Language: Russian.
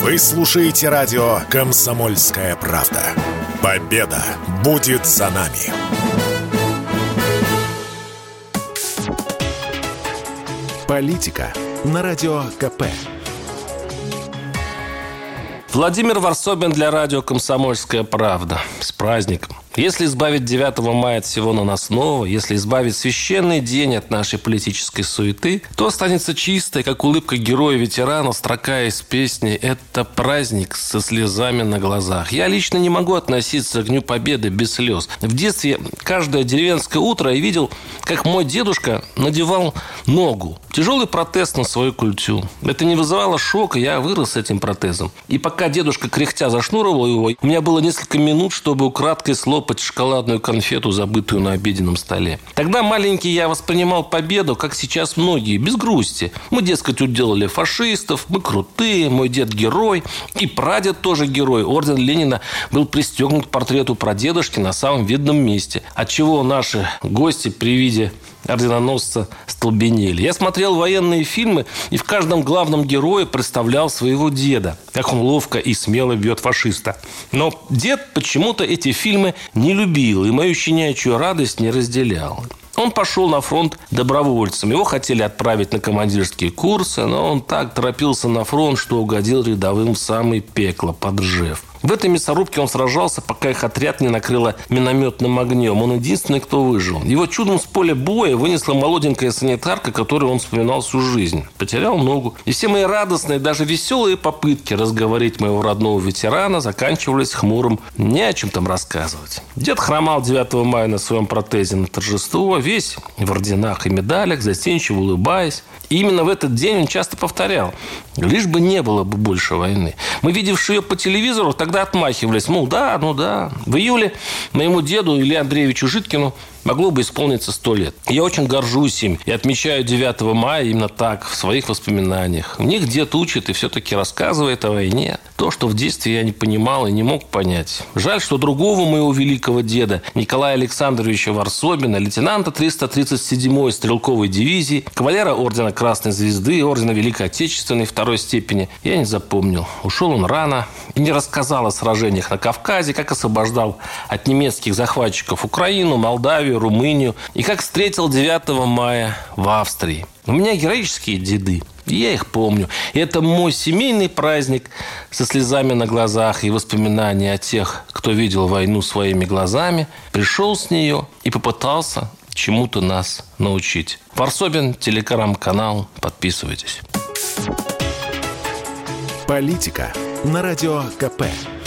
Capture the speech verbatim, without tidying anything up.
Вы слушаете радио «Комсомольская правда». Победа будет за нами. Политика на радио ка пэ. Владимир Варсобин для радио «Комсомольская правда». С праздником! Если избавить девятого мая от всего наносного, если избавить священный день от нашей политической суеты, то останется чистой, как улыбка героя-ветерана, строка из песни «Это праздник со слезами на глазах». Я лично не могу относиться к Дню Победы без слез. В детстве каждое деревенское утро я видел, как мой дедушка надевал ногу, тяжелый протез на свою культю. Это не вызывало шока, я вырос с этим протезом. И пока дедушка кряхтя зашнуровал его, у меня было несколько минут, чтобы украдкой слопать шоколадную конфету, забытую на обеденном столе. Тогда маленький я воспринимал победу, как сейчас многие, без грусти. Мы, дескать, уделали фашистов, мы крутые, мой дед герой, и прадед тоже герой. Орден Ленина был пристегнут к портрету прадедушки на самом видном месте, отчего наши гости при виде орденоносца столбенели. Я смотрел военные фильмы и в каждом главном герое представлял своего деда, как он ловко и смело бьет фашиста. Но дед почему-то эти фильмы не любил и мою щенячью радость не разделял. Он пошел на фронт добровольцем. Его хотели отправить на командирские курсы, но он так торопился на фронт, что угодил рядовым в самое пекло под Ржев. В этой мясорубке он сражался, пока их отряд не накрыло минометным огнем. Он единственный, кто выжил. Его чудом с поля боя вынесла молоденькая санитарка, которую он вспоминал всю жизнь. Потерял ногу. И все мои радостные, даже веселые попытки разговорить моего родного ветерана заканчивались хмурым «не о чем там рассказывать». Дед хромал девятого мая на своем протезе на торжество, весь в орденах и медалях, застенчиво улыбаясь. И именно в этот день он часто повторял: лишь бы не было бы больше войны. Мы, видевшие ее по телевизору, тогда отмахивались, мол, да, ну да. В июле моему деду Илье Андреевичу Житкину могло бы исполниться сто лет. Я очень горжусь им и отмечаю девятого мая именно так, в своих воспоминаниях. В них дед учит и все-таки рассказывает о войне. То, что в детстве я не понимал и не мог понять. Жаль, что другого моего великого деда, Николая Александровича Варсобина, лейтенанта триста тридцать седьмой стрелковой дивизии, кавалера ордена Красной Звезды, ордена Великой Отечественной второй степени, я не запомнил. Ушел он рано и не рассказал о сражениях на Кавказе, как освобождал от немецких захватчиков Украину, Молдавию, Румынию и как встретил девятого мая в Австрии. У меня героические деды, и я их помню. И это мой семейный праздник со слезами на глазах и воспоминания о тех, кто видел войну своими глазами, пришел с нее и попытался чему-то нас научить. Варсобин, телеграм-канал, подписывайтесь. Политика на радио ка пэ.